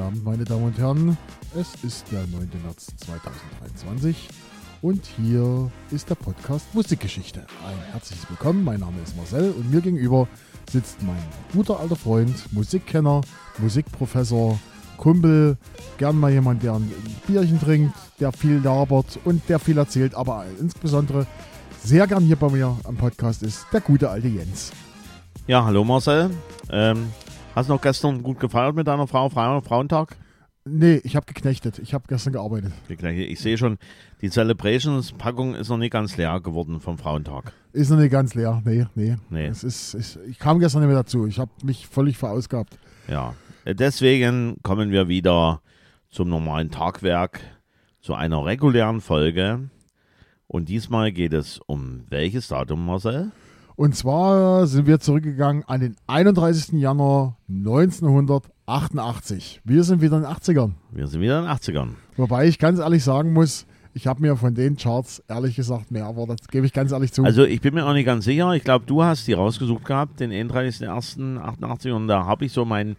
Abend, meine Damen und Herren. Es ist der 9. März 2023 und hier ist der Podcast Musikgeschichte. Ein herzliches Willkommen, mein Name ist Marcel und mir gegenüber sitzt mein guter alter Freund, Musikkenner, Musikprofessor, Kumpel, gern mal jemand, der ein Bierchen trinkt, der viel labert und der viel erzählt, aber insbesondere sehr gern hier bei mir am Podcast ist der gute alte Jens. Ja, hallo Marcel. Hast du noch gestern gut gefeiert mit deiner Frau, Frauentag? Nee, ich habe geknechtet. Ich habe gestern gearbeitet. Ich sehe schon, die Celebrations-Packung ist noch nicht ganz leer geworden vom Frauentag. Ist noch nicht ganz leer. Nee. Nee. Ich kam gestern nicht mehr dazu. Ich habe mich völlig verausgabt. Ja, deswegen kommen wir wieder zum normalen Tagwerk, zu einer regulären Folge. Und diesmal geht es um welches Datum, Marcel? Und zwar sind wir zurückgegangen an den 31. Januar 1988. Wir sind wieder in den 80ern. Wir sind wieder in den 80ern. Wobei ich ganz ehrlich sagen muss, ich habe mir von den Charts ehrlich gesagt mehr erwartet. Das gebe ich ganz ehrlich zu. Also ich bin mir auch nicht ganz sicher. Ich glaube, du hast die rausgesucht gehabt, den 31.01.88. Und da habe ich so meine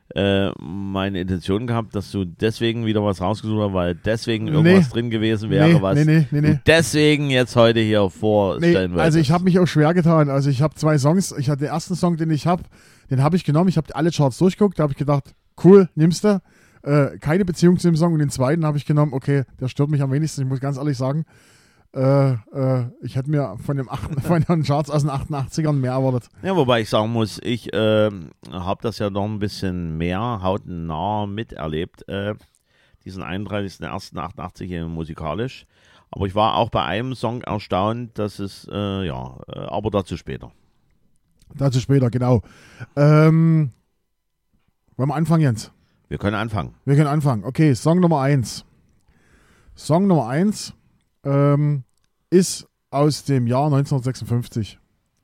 Intention gehabt, dass du deswegen wieder was rausgesucht hast, weil deswegen irgendwas drin gewesen wäre, was du deswegen jetzt heute hier vorstellen wolltest. Also ich habe mich auch schwer getan. Also ich habe 2 Songs. Ich hatte den ersten Song, den habe ich genommen. Ich habe alle Charts durchgeguckt. Da habe ich gedacht, cool, nimmst du. Keine Beziehung zu dem Song. Und den zweiten habe ich genommen, okay, der stört mich am wenigsten. Ich muss ganz ehrlich sagen, ich hätte mir von den Charts aus den 88ern mehr erwartet. Ja, wobei ich sagen muss, ich habe das ja noch ein bisschen mehr hautnah miterlebt, diesen 31.01.88 musikalisch. Aber ich war auch bei einem Song erstaunt, dass es, aber dazu später. Dazu später, genau. Wollen wir anfangen, Jens? Wir können anfangen. Okay, Song Nummer 1. Song Nummer 1 ist aus dem Jahr 1956.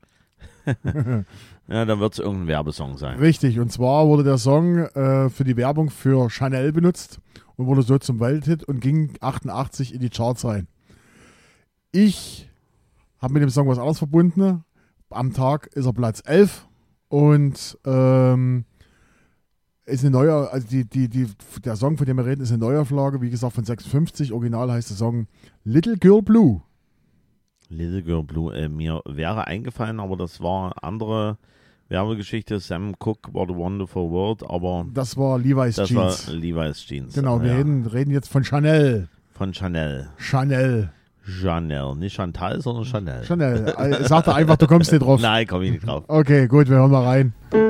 Ja, dann wird es irgendein Werbesong sein. Richtig, und zwar wurde der Song für die Werbung für Chanel benutzt und wurde so zum Welthit und ging 88 in die Charts rein. Ich habe mit dem Song was anderes verbunden. Am Tag ist er Platz 11 und ist eine neue, also der Song, von dem wir reden, ist eine Neuauflage, wie gesagt, von 56. Original heißt der Song Little Girl Blue. Little Girl Blue, mir wäre eingefallen, aber das war eine andere Werbegeschichte. Sam Cooke, What a Wonderful World, aber das war Levi's Jeans. Das war Levi's Jeans. Genau, wir reden jetzt von Chanel. Chanel, nicht Chantal, sondern Chanel. Sag doch einfach, du kommst nicht drauf. Nein, komm ich nicht drauf. Okay, gut, wir hören mal rein.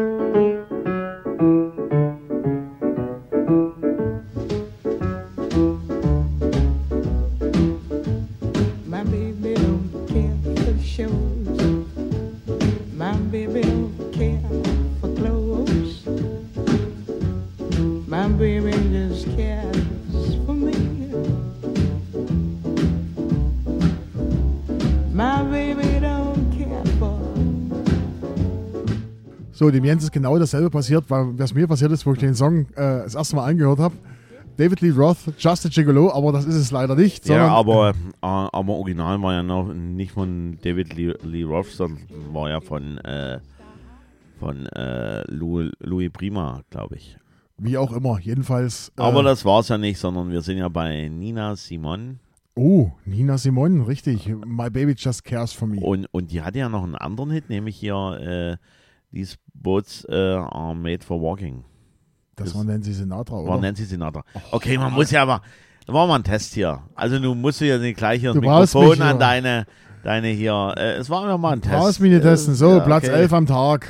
So, dem Jens ist genau dasselbe passiert, was mir passiert ist, wo ich den Song das erste Mal angehört habe. David Lee Roth, Just a Gigolo, aber das ist es leider nicht. Ja, aber Original war ja noch nicht von David Lee Roth, sondern war ja von Louis Prima, glaube ich. Wie auch immer, jedenfalls. Aber das war es ja nicht, sondern wir sind ja bei Nina Simone. Oh, Nina Simone, richtig. My Baby Just Cares for Me. Und die hatte ja noch einen anderen Hit, nämlich hier These Boats are made for walking. Das war Nancy Sinatra, oder? War Nancy Sinatra. Okay, man muss ja aber, da war mal ein Test hier. Also du musst ja nicht gleich hier ein Mikrofon an deine hier, es war immer mal ein Test. Du brauchst mich nicht testen. So, ja, Platz 11 am Tag.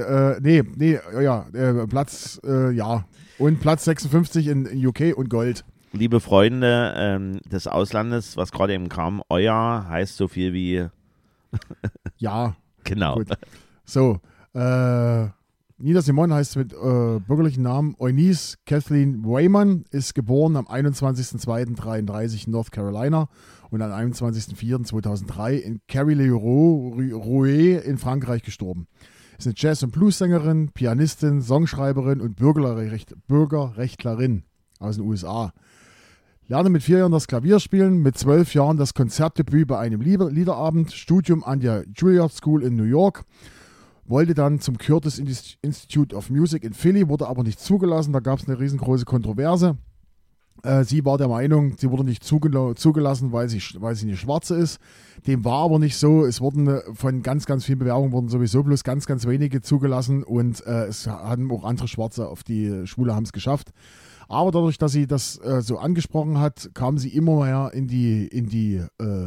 Platz, und Platz 56 in UK und Gold. Liebe Freunde des Auslandes, was gerade eben kam, euer heißt so viel wie ja. Genau. Gut. So, Nina Simone heißt mit bürgerlichen Namen Eunice Kathleen Wayman, ist geboren am 21.02.1933 in North Carolina und am 21.04.2003 in Carry-le-Rouet in Frankreich gestorben. Ist eine Jazz- und Blues-Sängerin, Pianistin, Songschreiberin und Bürgerrechtlerin aus den USA. Lernte mit 4 Jahren das Klavierspielen, mit 12 Jahren das Konzertdebüt bei einem Liederabend, Studium an der Juilliard School in New York. wollte dann zum Curtis Institute of Music in Philly, wurde aber nicht zugelassen. Da gab es eine riesengroße Kontroverse. Sie war der Meinung, sie wurde nicht zugelassen, weil sie eine Schwarze ist. Dem war aber nicht so. Es wurden von ganz, ganz vielen Bewerbungen wurden sowieso bloß ganz, ganz wenige zugelassen und es haben auch andere Schwarze auf die Schule haben es geschafft. Aber dadurch, dass sie das so angesprochen hat, kam sie immer mehr in die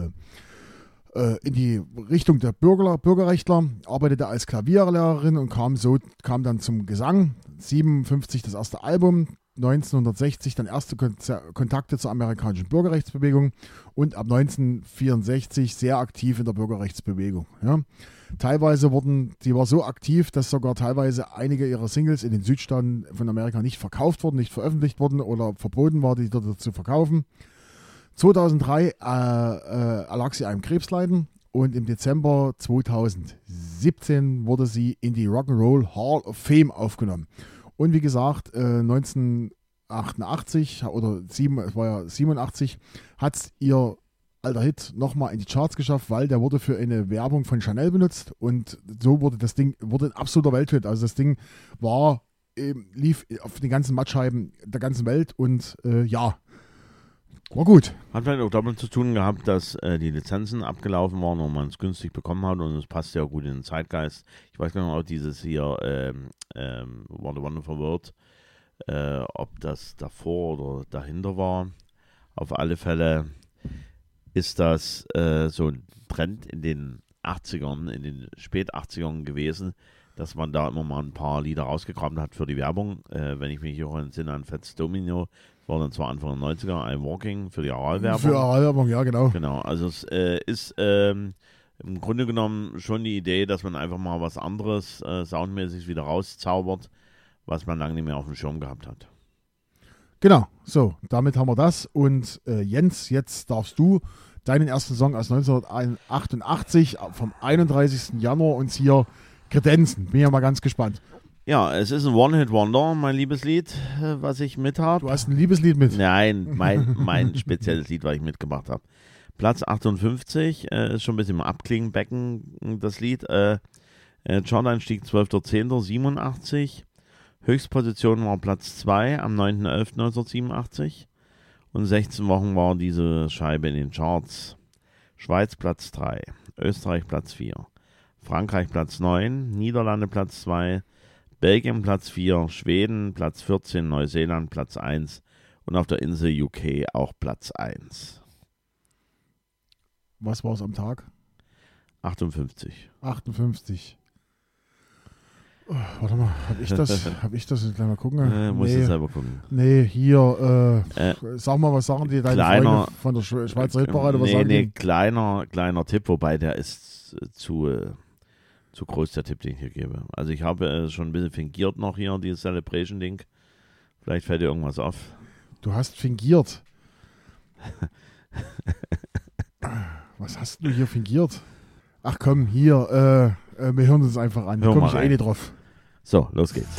Richtung der Bürgerrechtler, arbeitete als Klavierlehrerin und kam dann zum Gesang. 1957 das erste Album, 1960 dann erste Kontakte zur amerikanischen Bürgerrechtsbewegung und ab 1964 sehr aktiv in der Bürgerrechtsbewegung. Ja. Teilweise sie war so aktiv, dass sogar teilweise einige ihrer Singles in den Südstaaten von Amerika nicht verkauft wurden, nicht veröffentlicht wurden oder verboten war, die dort zu verkaufen. 2003 erlag sie einem Krebsleiden und im Dezember 2017 wurde sie in die Rock'n'Roll Hall of Fame aufgenommen. Und wie gesagt, 1988 oder es war ja 87, hat ihr alter Hit nochmal in die Charts geschafft, weil der wurde für eine Werbung von Chanel benutzt und so wurde das Ding ein absoluter Welthit. Also das Ding lief auf den ganzen Mattscheiben der ganzen Welt und war gut. Hat vielleicht auch damit zu tun gehabt, dass die Lizenzen abgelaufen waren und man es günstig bekommen hat und es passt ja gut in den Zeitgeist. Ich weiß gar nicht, ob dieses hier What a Wonderful World, ob das davor oder dahinter war. Auf alle Fälle ist das so ein Trend in den 80ern, in den spät 80ern gewesen, dass man da immer mal ein paar Lieder rausgekramt hat für die Werbung. Wenn ich mich auch entsinne an Fats Domino, das war dann zwar Anfang der 90er, I'm Walking für die Aralwerbung. Für Aralwerbung, ja, genau. Genau, also es ist im Grunde genommen schon die Idee, dass man einfach mal was anderes soundmäßig wieder rauszaubert, was man lange nicht mehr auf dem Schirm gehabt hat. Genau, so, damit haben wir das. Und Jens, jetzt darfst du deinen ersten Song aus 1988 vom 31. Januar uns hier kredenzen. Bin ja mal ganz gespannt. Ja, es ist ein One-Hit-Wonder, mein Liebeslied, was ich mit habe. Du hast ein Liebeslied mit? Nein, mein spezielles Lied, was ich mitgebracht habe. Platz 58, ist schon ein bisschen im Abklingenbecken, das Lied. Chart-Einstieg 12.10.87. Höchstposition war Platz 2 am 9.11.1987. Und 16 Wochen war diese Scheibe in den Charts. Schweiz Platz 3, Österreich Platz 4, Frankreich Platz 9, Niederlande Platz 2, Belgien Platz 4, Schweden Platz 14, Neuseeland Platz 1 und auf der Insel UK auch Platz 1. Was war es am Tag? 58. 58. Oh, warte mal, habe ich das? Gleich mal gucken. Musst du selber gucken. Nee, hier, sag mal, was sagen die deine Freunde von der Schweizer Hitparade? Kleiner Tipp, wobei der ist zu groß, der Tipp, den ich hier gebe. Also ich habe schon ein bisschen fingiert noch hier, dieses Celebration-Ding. Vielleicht fällt dir irgendwas auf. Du hast fingiert? Was hast du hier fingiert? Ach komm, hier, wir hören uns einfach an. Da komme ich nicht drauf. So, los geht's.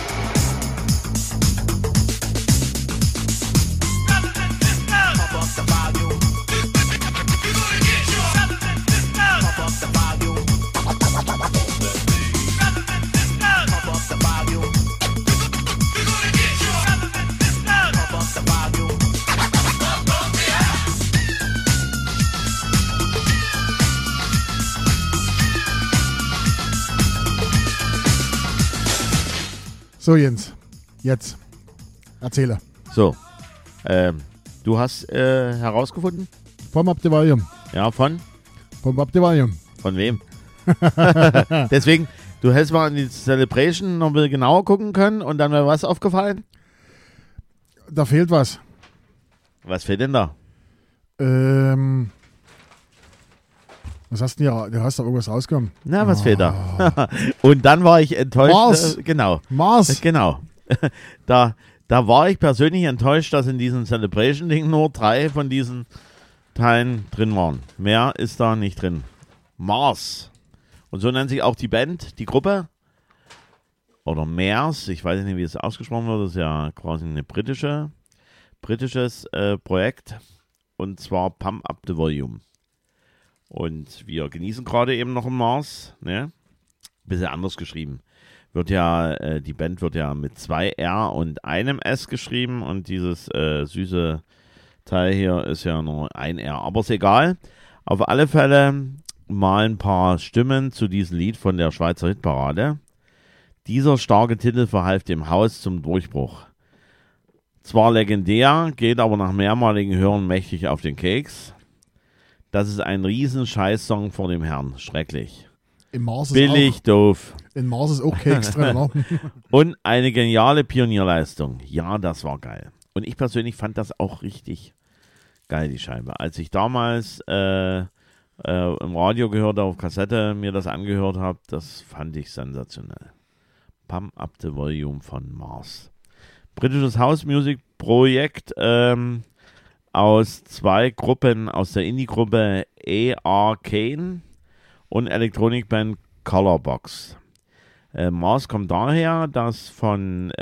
So Jens, jetzt erzähle. So, du hast herausgefunden? Vom Abdevalium. Ja, von? Vom Abdevalium. Von wem? Deswegen, du hättest mal in die Celebration noch ein bisschen genauer gucken können und dann wäre was aufgefallen? Da fehlt was. Was fehlt denn da? Was hast du denn hier? Du hast da irgendwas rausgekommen. Na, was fehlt da? Und dann war ich enttäuscht. Mars. Genau. Mars. Genau. Da war ich persönlich enttäuscht, dass in diesem Celebration-Ding nur 3 von diesen Teilen drin waren. Mehr ist da nicht drin. Mars. Und so nennt sich auch die Band, die Gruppe. Oder Mars. Ich weiß nicht, wie es ausgesprochen wird. Das ist ja quasi ein britisches Projekt. Und zwar Pump Up the Volume. Und wir genießen gerade eben noch im Mars, ne? bisschen anders geschrieben. Die Band wird ja mit 2 R und einem S geschrieben und dieses süße Teil hier ist ja nur ein R, aber ist egal. Auf alle Fälle mal ein paar Stimmen zu diesem Lied von der Schweizer Hitparade. Dieser starke Titel verhalf dem Haus zum Durchbruch. Zwar legendär, geht aber nach mehrmaligen Hören mächtig auf den Keks. Das ist ein riesen Scheißsong vor dem Herrn. Schrecklich. Im Mars Billig, ist doof. in Mars ist auch Keks drin, oder? Und eine geniale Pionierleistung. Ja, das war geil. Und ich persönlich fand das auch richtig geil, die Scheibe. Als ich damals im Radio gehört habe, auf Kassette mir das angehört habe, das fand ich sensationell. Pump Up the Volume von Mars. Britisches House Music Projekt aus 2 Gruppen, aus der Indie-Gruppe Arcane und Elektronikband Colorbox. Mars kommt daher, dass von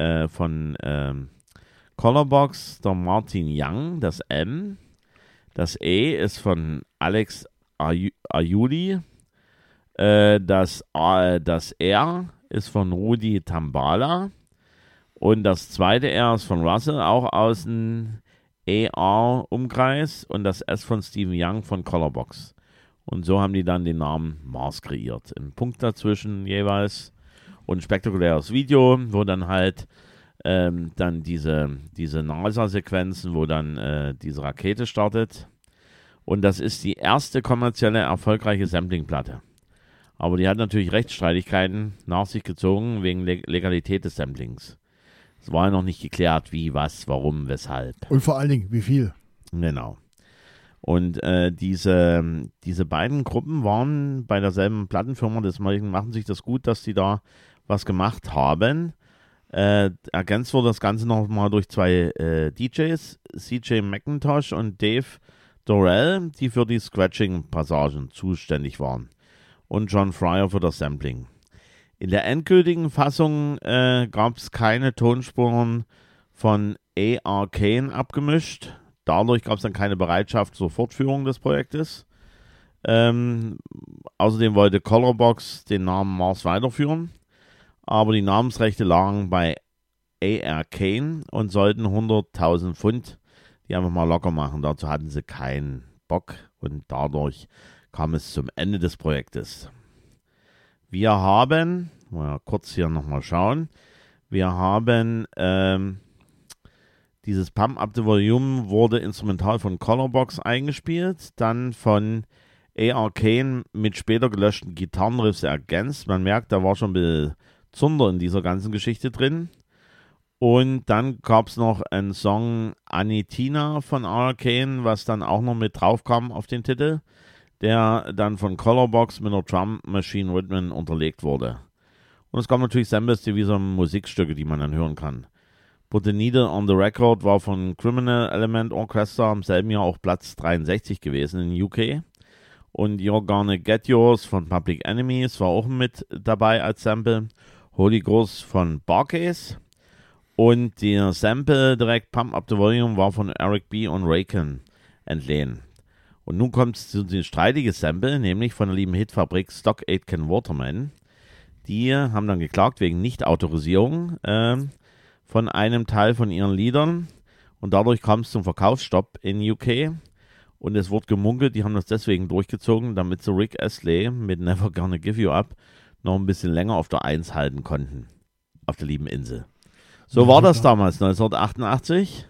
Colorbox der Martin Young, das M, das E ist von Alex Ayuli, das R ist von Rudi Tambala und das zweite R ist von Russell, auch aus dem ER-Umkreis und das S von Stephen Young von Colorbox. Und so haben die dann den Namen Mars kreiert. Ein Punkt dazwischen jeweils und ein spektakuläres Video, wo dann halt dann diese NASA-Sequenzen, wo dann diese Rakete startet. Und das ist die erste kommerzielle erfolgreiche Sampling-Platte. Aber die hat natürlich Rechtsstreitigkeiten nach sich gezogen wegen Legalität des Samplings. Es war ja noch nicht geklärt, wie, was, warum, weshalb. Und vor allen Dingen, wie viel. Genau. Und diese beiden Gruppen waren bei derselben Plattenfirma, deswegen machen sich das gut, dass die da was gemacht haben. Ergänzt wurde das Ganze nochmal durch 2 DJs, CJ McIntosh und Dave Dorrell, die für die Scratching-Passagen zuständig waren. Und John Fryer für das Sampling. In der endgültigen Fassung gab es keine Tonspuren von Arcane abgemischt. Dadurch gab es dann keine Bereitschaft zur Fortführung des Projektes. Außerdem wollte Colorbox den Namen Mars weiterführen. Aber die Namensrechte lagen bei Arcane und sollten 100.000 Pfund die einfach mal locker machen. Dazu hatten sie keinen Bock und dadurch kam es zum Ende des Projektes. Wir haben, mal kurz hier nochmal schauen, wir haben dieses Pump Up the Volume wurde instrumental von Colorbox eingespielt, dann von Arcane mit später gelöschten Gitarrenriffs ergänzt. Man merkt, da war schon ein bisschen Zunder in dieser ganzen Geschichte drin. Und dann gab es noch einen Song Anitina von Arcane, was dann auch noch mit drauf kam auf den Titel, der dann von Colorbox mit einer Drum Machine Rhythm unterlegt wurde. Und es gab natürlich Samples, die wie so Musikstücke, die man dann hören kann. Put the Needle on the Record war von Criminal Element Orchestra im selben Jahr auch Platz 63 gewesen in UK. Und You're Gonna Get Yours von Public Enemies war auch mit dabei als Sample. Holy Ghost von Barcase. Und der Sample direkt Pump Up the Volume war von Eric B. und Raken entliehen. Und nun kommt es zu dem streitigen Sample, nämlich von der lieben Hitfabrik Stock Aitken Waterman. Die haben dann geklagt wegen Nichtautorisierung von einem Teil von ihren Liedern. Und dadurch kam es zum Verkaufsstopp in UK. Und es wurde gemunkelt, die haben das deswegen durchgezogen, damit sie Rick Astley mit Never Gonna Give You Up noch ein bisschen länger auf der 1 halten konnten. Auf der lieben Insel. So war das damals, 1988.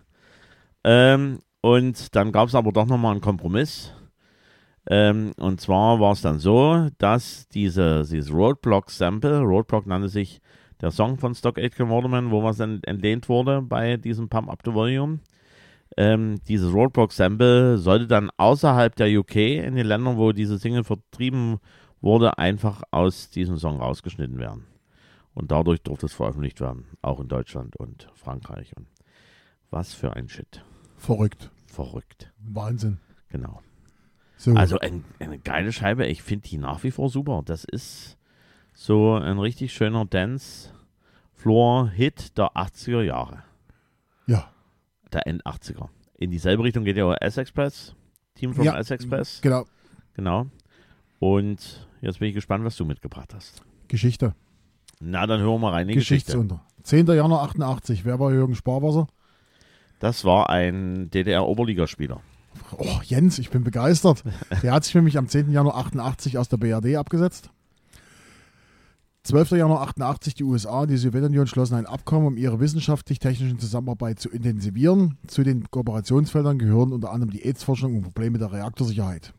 Und dann gab es aber doch nochmal einen Kompromiss. Und zwar war es dann so, dass dieses Roadblock-Sample, Roadblock nannte sich der Song von Stock Aitken Waterman, wo was dann entlehnt wurde bei diesem Pump Up the Volume. Dieses Roadblock-Sample sollte dann außerhalb der UK, in den Ländern, wo diese Single vertrieben wurde, einfach aus diesem Song rausgeschnitten werden. Und dadurch durfte es veröffentlicht werden, auch in Deutschland und Frankreich. Und was für ein Shit. Verrückt. Wahnsinn. Genau. So. Also eine geile Scheibe. Ich finde die nach wie vor super. Das ist so ein richtig schöner Dance-Floor-Hit der 80er Jahre. Ja. Der End-80er. In dieselbe Richtung geht ja auch S-Express. Team from S-Express. Genau. Genau. Und jetzt bin ich gespannt, was du mitgebracht hast. Geschichte. Na, dann hören wir mal rein in die Geschichte. Geschichtsunter. 10. Januar 88. Wer war Jürgen Sparwasser? Das war ein DDR-Oberligaspieler. Oh, Jens, ich bin begeistert. Der hat sich nämlich am 10. Januar 88 aus der BRD abgesetzt. 12. Januar 88, die USA und die Sowjetunion schlossen ein Abkommen, um ihre wissenschaftlich-technische Zusammenarbeit zu intensivieren. Zu den Kooperationsfeldern gehören unter anderem die AIDS-Forschung und Probleme der Reaktorsicherheit.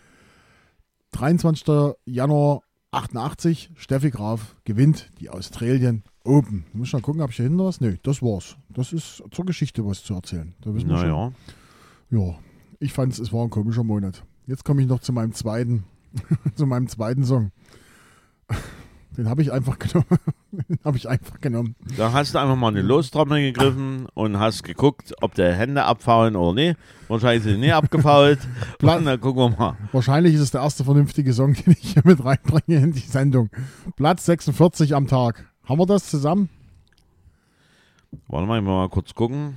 23. Januar 88, Steffi Graf gewinnt die Australian Open. Muss ich mal gucken, habe ich hier hinten was? Nee, das war's. Das ist zur Geschichte was zu erzählen. Da wissen wir schon. Ja, ich fand es war ein komischer Monat. Jetzt komme ich noch zu meinem zweiten, Song. Den habe ich einfach genommen. Da hast du einfach mal eine Lostrommel gegriffen und hast geguckt, ob der Hände abfaulen oder nicht. Wahrscheinlich sind die nicht abgefault. Und dann gucken wir mal. Wahrscheinlich ist es der erste vernünftige Song, den ich hier mit reinbringe in die Sendung. Platz 46 am Tag. Haben wir das zusammen? Wollen wir mal kurz gucken?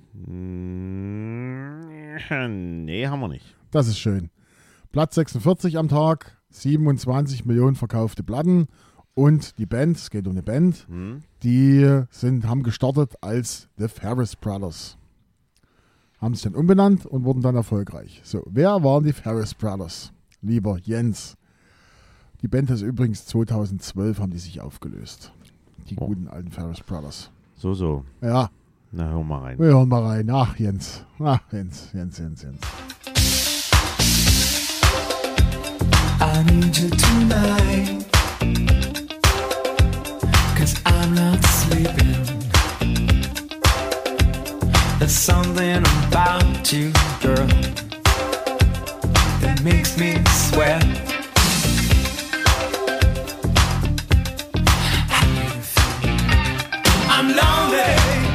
Nee, haben wir nicht. Das ist schön. Platz 46 am Tag, 27 Millionen verkaufte Platten. Und die Band, es geht um eine Band, die haben gestartet als The Ferris Brothers. Haben sich dann umbenannt und wurden dann erfolgreich. So, wer waren die Ferris Brothers? Lieber Jens. Die Band ist übrigens 2012 haben die sich aufgelöst. Die guten alten Ferris Brothers. So. Ja. Na, hören wir mal rein. Wir hören mal rein. Ach, Jens. Jens. I need you tonight, 'cause I'm not sleeping. There's something about you, girl, that makes me sweat. I'm lonely.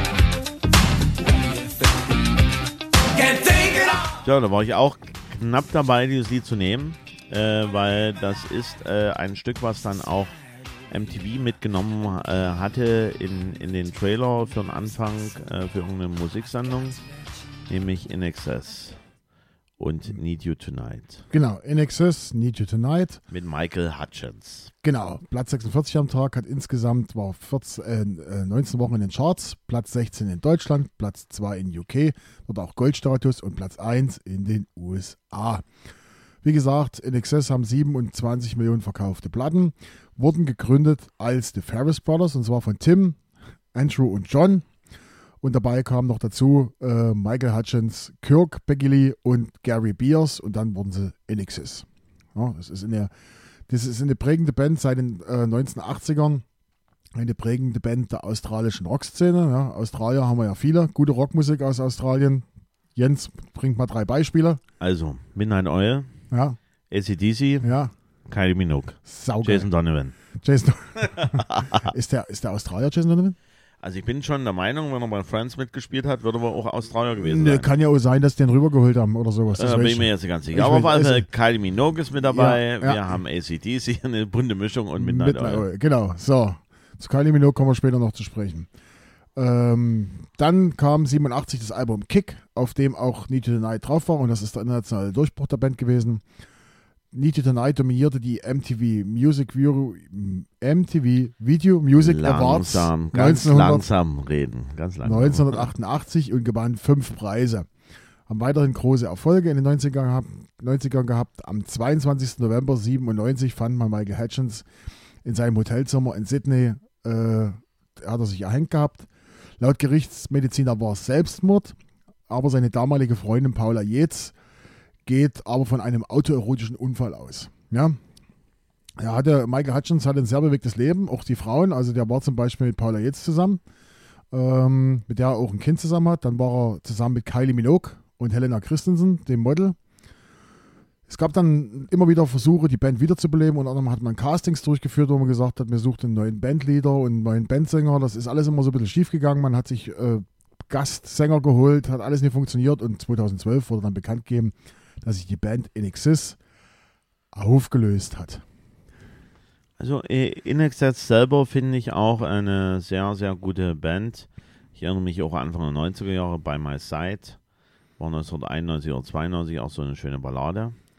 Can't take it all. Ja, da war ich auch knapp dabei, dieses Lied zu nehmen. Weil das ist ein Stück, was dann auch MTV mitgenommen hatte in den Trailer für den Anfang für irgendeine Musiksendung, nämlich In Excess und Need You Tonight. Genau, In Excess, Need You Tonight. Mit Michael Hutchence. Genau, Platz 46 am Tag, hat insgesamt, war 19 Wochen in den Charts, Platz 16 in Deutschland, Platz 2 in UK, dort auch Goldstatus und Platz 1 in den USA. Wie gesagt, In Excess haben 27 Millionen verkaufte Platten, wurden gegründet als The Ferris Brothers, und zwar von Tim, Andrew und John. Und dabei kamen noch dazu Michael Hutchence, Kirk Begley und Gary Beers, und dann wurden sie In Excess. Ja, das ist eine prägende Band seit den 1980ern, eine prägende Band der australischen Rockszene. Ja, Australier haben wir ja viele, gute Rockmusik aus Australien. Jens, bringt mal 3 Beispiele. Also, Midnight Oil. Ja. AC/DC, Ja. Kylie Minogue, Saugeil. Jason Donovan. Ist der Australier Jason Donovan? Also ich bin schon der Meinung, wenn er bei Friends mitgespielt hat, würde er auch Australier gewesen sein. Kann ja auch sein, dass die den rübergeholt haben oder sowas. Da bin ich mir jetzt nicht ganz sicher. Aber auf jeden Fall Kylie Minogue ist mit dabei. Ja. Wir haben AC/DC, eine bunte Mischung und Midnight Oil. Genau, so. Zu Kylie Minogue kommen wir später noch zu sprechen. Dann kam 87 das Album Kick, auf dem auch Need You Tonight drauf war, und das ist der internationale Durchbruch der Band gewesen. Need You Tonight dominierte die MTV Video Music Awards ganz langsam reden. 1988 und gewann 5 Preise. Haben weiterhin große Erfolge in den 90ern gehabt. Am 22. November 1997 fand man Michael Hutchence in seinem Hotelzimmer in Sydney. Hat er sich erhängt gehabt. Laut Gerichtsmediziner war es Selbstmord, aber seine damalige Freundin Paula Yates geht aber von einem autoerotischen Unfall aus. Ja? Michael Hutchence hatte ein sehr bewegtes Leben, auch die Frauen. Also der war zum Beispiel mit Paula Yates zusammen, mit der er auch ein Kind zusammen hat. Dann war er zusammen mit Kylie Minogue und Helena Christensen, dem Model. Es gab dann immer wieder Versuche, die Band wiederzubeleben. Unter anderem hat man Castings durchgeführt, wo man gesagt hat, man sucht einen neuen Bandleader und einen neuen Bandsänger. Das ist alles immer so ein bisschen schief gegangen. Man hat sich Gastsänger geholt, hat alles nicht funktioniert. Und 2012 wurde dann bekannt gegeben, dass sich die Band In Excess aufgelöst hat. Also In Excess selber finde ich auch eine sehr, sehr gute Band. Ich erinnere mich auch Anfang der 90er Jahre, By My Side. War 1991 oder 92 auch so eine schöne Ballade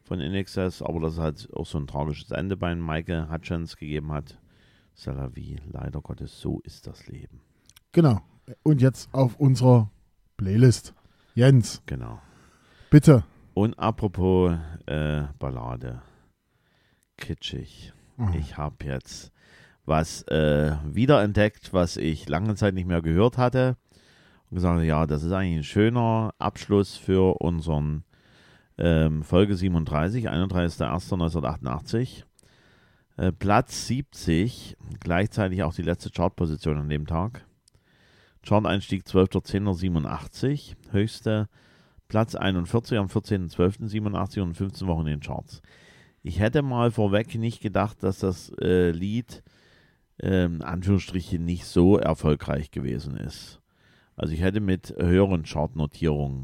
von In Excess, aber dass es halt auch so ein tragisches Ende bei Michael Hutchence gegeben hat. C'est la vie, leider Gottes, so ist das Leben. Genau. Und jetzt auf unserer Playlist. Jens, Genau. bitte. Und apropos Ballade, kitschig. Ich habe jetzt was wiederentdeckt, was ich lange Zeit nicht mehr gehört hatte. Und gesagt, ja, das ist eigentlich ein schöner Abschluss für unseren Folge 37, 31.01.1988. Platz 70, gleichzeitig auch die letzte Chartposition an dem Tag. Chart-Einstieg 12.10.87, höchste Platz 41 am 14.12.87 und 15 Wochen in den Charts. Ich hätte mal vorweg nicht gedacht, dass das Lied Anführungsstriche nicht so erfolgreich gewesen ist. Also ich hätte mit höheren Chartnotierungen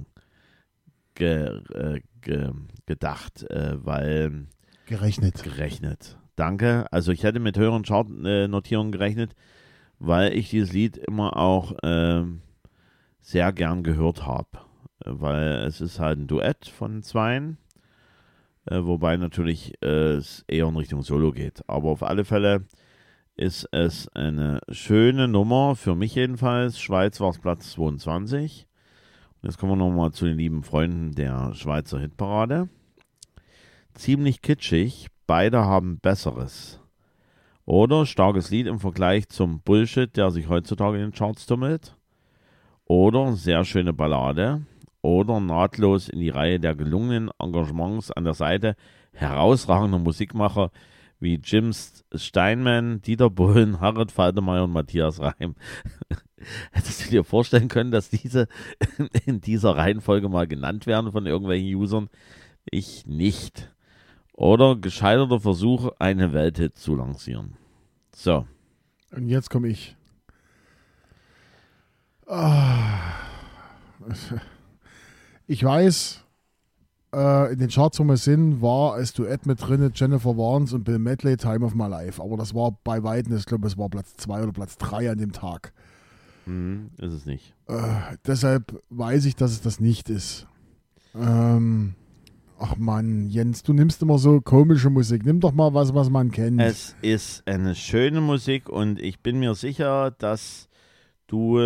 gedacht, weil... Gerechnet. Danke. Also ich hätte mit höheren Chartnotierungen gerechnet, weil ich dieses Lied immer auch sehr gern gehört habe. Weil es ist halt ein Duett von zweien, wobei natürlich es eher in Richtung Solo geht. Aber auf alle Fälle ist es eine schöne Nummer, für mich jedenfalls. Schweiz war es Platz 22. Und jetzt kommen wir nochmal zu den lieben Freunden der Schweizer Hitparade. Ziemlich kitschig, beide haben Besseres. Oder starkes Lied im Vergleich zum Bullshit, der sich heutzutage in den Charts tummelt. Oder sehr schöne Ballade. Oder nahtlos in die Reihe der gelungenen Engagements an der Seite herausragender Musikmacher wie Jim Steinman, Dieter Bohlen, Harald Faltermeier und Matthias Reim. Hättest du dir vorstellen können, dass diese in dieser Reihenfolge mal genannt werden von irgendwelchen Usern? Ich nicht. Oder gescheiterter Versuch, eine Welthit zu lancieren. So. Und jetzt komme ich. Ich weiß, in den Charts, wo wir sind, war als Duett mit drin Jennifer Warnes und Bill Medley, Time of My Life. Aber das war bei Weitem, ich glaube, es war Platz 2 oder Platz 3 an dem Tag. Ist es nicht. Deshalb weiß ich, dass es das nicht ist. Ach Mann, Jens, du nimmst immer so komische Musik. Nimm doch mal was man kennt. Es ist eine schöne Musik und ich bin mir sicher, dass du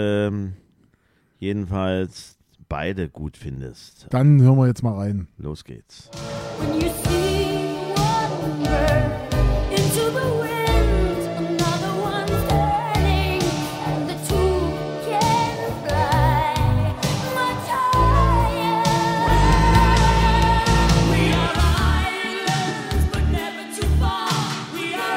jedenfalls beide gut findest. Dann hören wir jetzt mal rein. Los geht's. When you see one bird into the wind, another one's turning, and the two can fly much higher. We are islands, but never too far. We are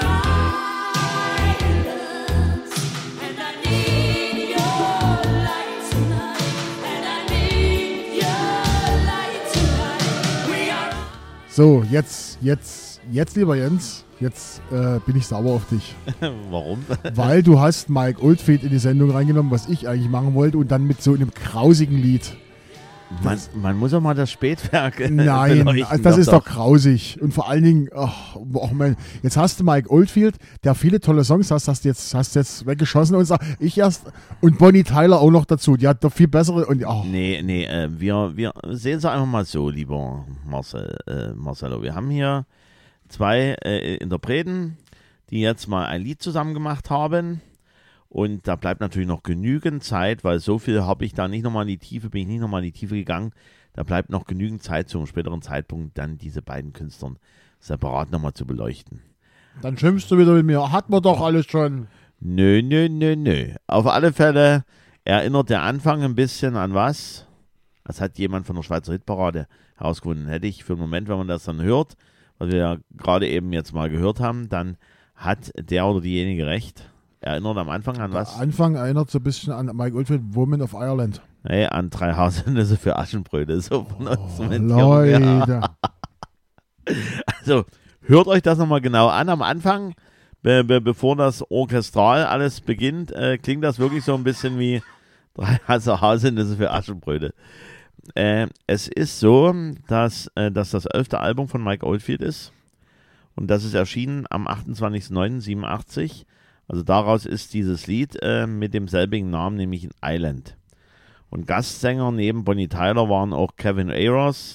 islands, and I need your light tonight, and I need your light tonight. We are So, jetzt, lieber Jens, jetzt bin ich sauer auf dich. Warum? Weil du hast Mike Oldfield in die Sendung reingenommen, was ich eigentlich machen wollte, und dann mit so einem grausigen Lied. Man muss auch mal das Spätwerk Nein, beleuchten, also das ist doch grausig. Und vor allen Dingen, jetzt hast du Mike Oldfield, der viele tolle Songs hast du jetzt weggeschossen und sagst, ich erst und Bonnie Tyler auch noch dazu. Die hat doch viel bessere und Nee, wir sehen es einfach mal so, lieber Marcelo. Wir haben hier zwei Interpreten, die jetzt mal ein Lied zusammen gemacht haben. Und da bleibt natürlich noch genügend Zeit, weil so viel habe ich da bin ich nicht nochmal in die Tiefe gegangen. Da bleibt noch genügend Zeit zum späteren Zeitpunkt, dann diese beiden Künstlern separat nochmal zu beleuchten. Dann schimpfst du wieder mit mir. Hat man doch alles schon. Nö. Auf alle Fälle erinnert der Anfang ein bisschen an was? Das hat jemand von der Schweizer Hitparade herausgefunden. Hätte ich für einen Moment, wenn man das dann hört, was wir ja gerade eben jetzt mal gehört haben, dann hat der oder diejenige recht. Erinnert am Anfang an was? Der Anfang erinnert so ein bisschen an Mike Oldfield, Woman of Ireland. Nee, an 3 Haselnüsse für Aschenbröte. So von uns Leute. Ja. Also, hört euch das nochmal genau an. Am Anfang, bevor das orchestral alles beginnt, klingt das wirklich so ein bisschen wie 3 Haselnüsse für Aschenbröte. Es ist so, dass das 11. Album von Mike Oldfield ist. Und das ist erschienen am 28.09.87. Also daraus ist dieses Lied mit demselbigen Namen, nämlich Island. Und Gastsänger neben Bonnie Tyler waren auch Kevin Ayers,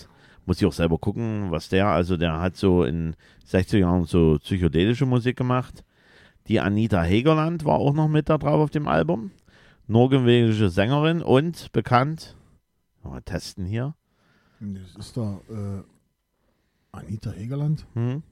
Muss ich auch selber gucken, was der hat so in 60er Jahren so psychedelische Musik gemacht. Die Anita Hegerland war auch noch mit da drauf auf dem Album. Norwegische Sängerin und bekannt, mal testen hier. Das ist da Anita Hegerland.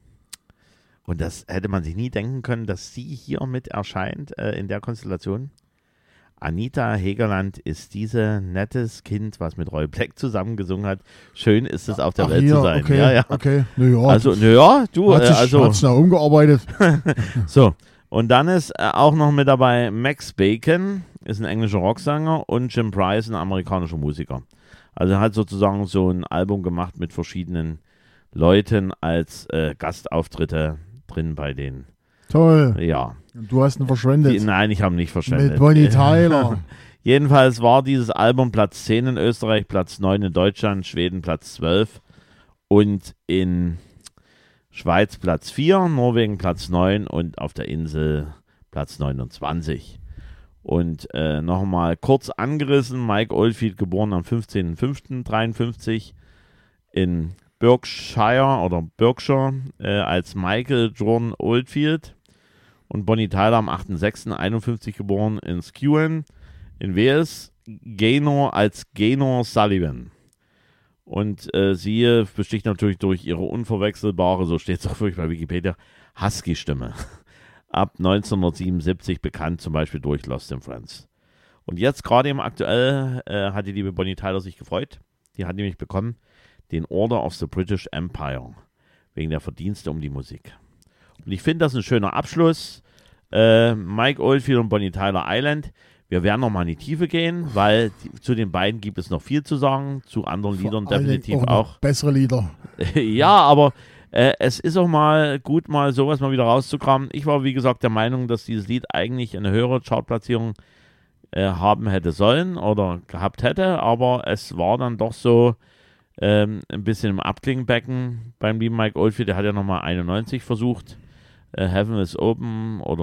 Und das hätte man sich nie denken können, dass sie hier mit erscheint in der Konstellation. Anita Hegerland ist dieses nettes Kind, was mit Roy Black zusammengesungen hat. Schön ist es, auf der Welt hier, zu sein. Okay, Ja, ja. okay. Naja, Also, naja, du, hat sich da umgearbeitet. So. Und dann ist auch noch mit dabei Max Bacon, ist ein englischer Rocksänger, und Jim Price, ein amerikanischer Musiker. Also er hat sozusagen so ein Album gemacht mit verschiedenen Leuten als Gastauftritte drin bei denen. Toll. Ja. Und du hast ihn verschwendet. Nein, ich habe ihn nicht verschwendet. Mit Bonnie Tyler. Jedenfalls war dieses Album Platz 10 in Österreich, Platz 9 in Deutschland, Schweden Platz 12 und in Schweiz Platz 4, Norwegen Platz 9 und auf der Insel Platz 29. Und nochmal kurz angerissen, Mike Oldfield, geboren am 15.05.53 in Berkshire als Michael Jordan Oldfield, und Bonnie Tyler am 8.06.51 geboren in Skewen in Wales, Gaynor als Gaynor Sullivan. Und sie besticht natürlich durch ihre unverwechselbare, so steht es auch wirklich bei Wikipedia, Husky-Stimme. Ab 1977 bekannt, zum Beispiel durch Lost in Friends. Und jetzt gerade im Aktuell hat die liebe Bonnie Tyler sich gefreut. Die hat nämlich bekommen den Order of the British Empire wegen der Verdienste um die Musik. Und ich finde das ein schöner Abschluss. Mike Oldfield und Bonnie Tyler Island. Wir werden nochmal in die Tiefe gehen, weil zu den beiden gibt es noch viel zu sagen, zu anderen Liedern definitiv auch. Bessere Lieder. Ja, aber es ist auch mal gut, mal sowas mal wieder rauszukramen. Ich war, wie gesagt, der Meinung, dass dieses Lied eigentlich eine höhere Chartplatzierung haben hätte sollen oder gehabt hätte, aber es war dann doch so ein bisschen im Abklingenbecken beim lieben Mike Oldfield. Der hat ja nochmal 91 versucht. Heaven is Open oder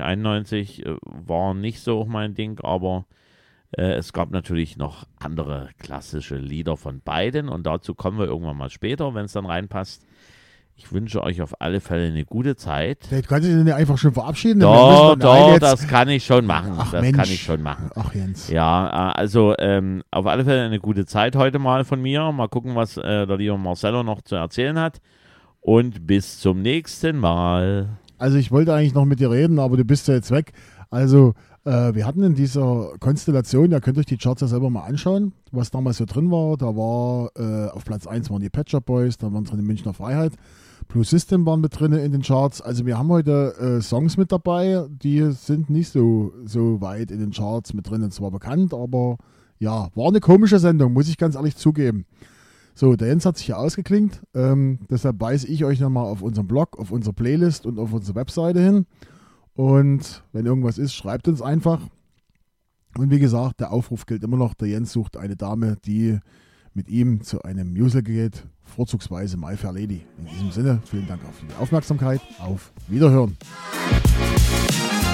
91 war nicht so mein Ding, aber es gab natürlich noch andere klassische Lieder von beiden und dazu kommen wir irgendwann mal später, wenn es dann reinpasst. Ich wünsche euch auf alle Fälle eine gute Zeit. Vielleicht kannst du dich einfach schon verabschieden. Doch, das kann ich schon machen. Ach Jens. Ja, also auf alle Fälle eine gute Zeit heute mal von mir. Mal gucken, was der liebe Marcello noch zu erzählen hat. Und bis zum nächsten Mal. Also ich wollte eigentlich noch mit dir reden, aber du bist ja jetzt weg. Also wir hatten in dieser Konstellation, ihr könnt euch die Charts ja selber mal anschauen, was damals so drin war. Da war auf Platz 1 waren die Pet Shop Boys, da waren drin die Münchner Freiheit. Blue System waren mit drin in den Charts. Also wir haben heute Songs mit dabei, die sind nicht so weit in den Charts mit drin. Und zwar bekannt, aber ja, war eine komische Sendung, muss ich ganz ehrlich zugeben. So, der Jens hat sich hier ausgeklingt. Deshalb weise ich euch nochmal auf unseren Blog, auf unsere Playlist und auf unsere Webseite hin. Und wenn irgendwas ist, schreibt uns einfach. Und wie gesagt, der Aufruf gilt immer noch. Der Jens sucht eine Dame, die mit ihm zu einem Musical geht, vorzugsweise My Fair Lady. In diesem Sinne, vielen Dank für die Aufmerksamkeit. Auf Wiederhören.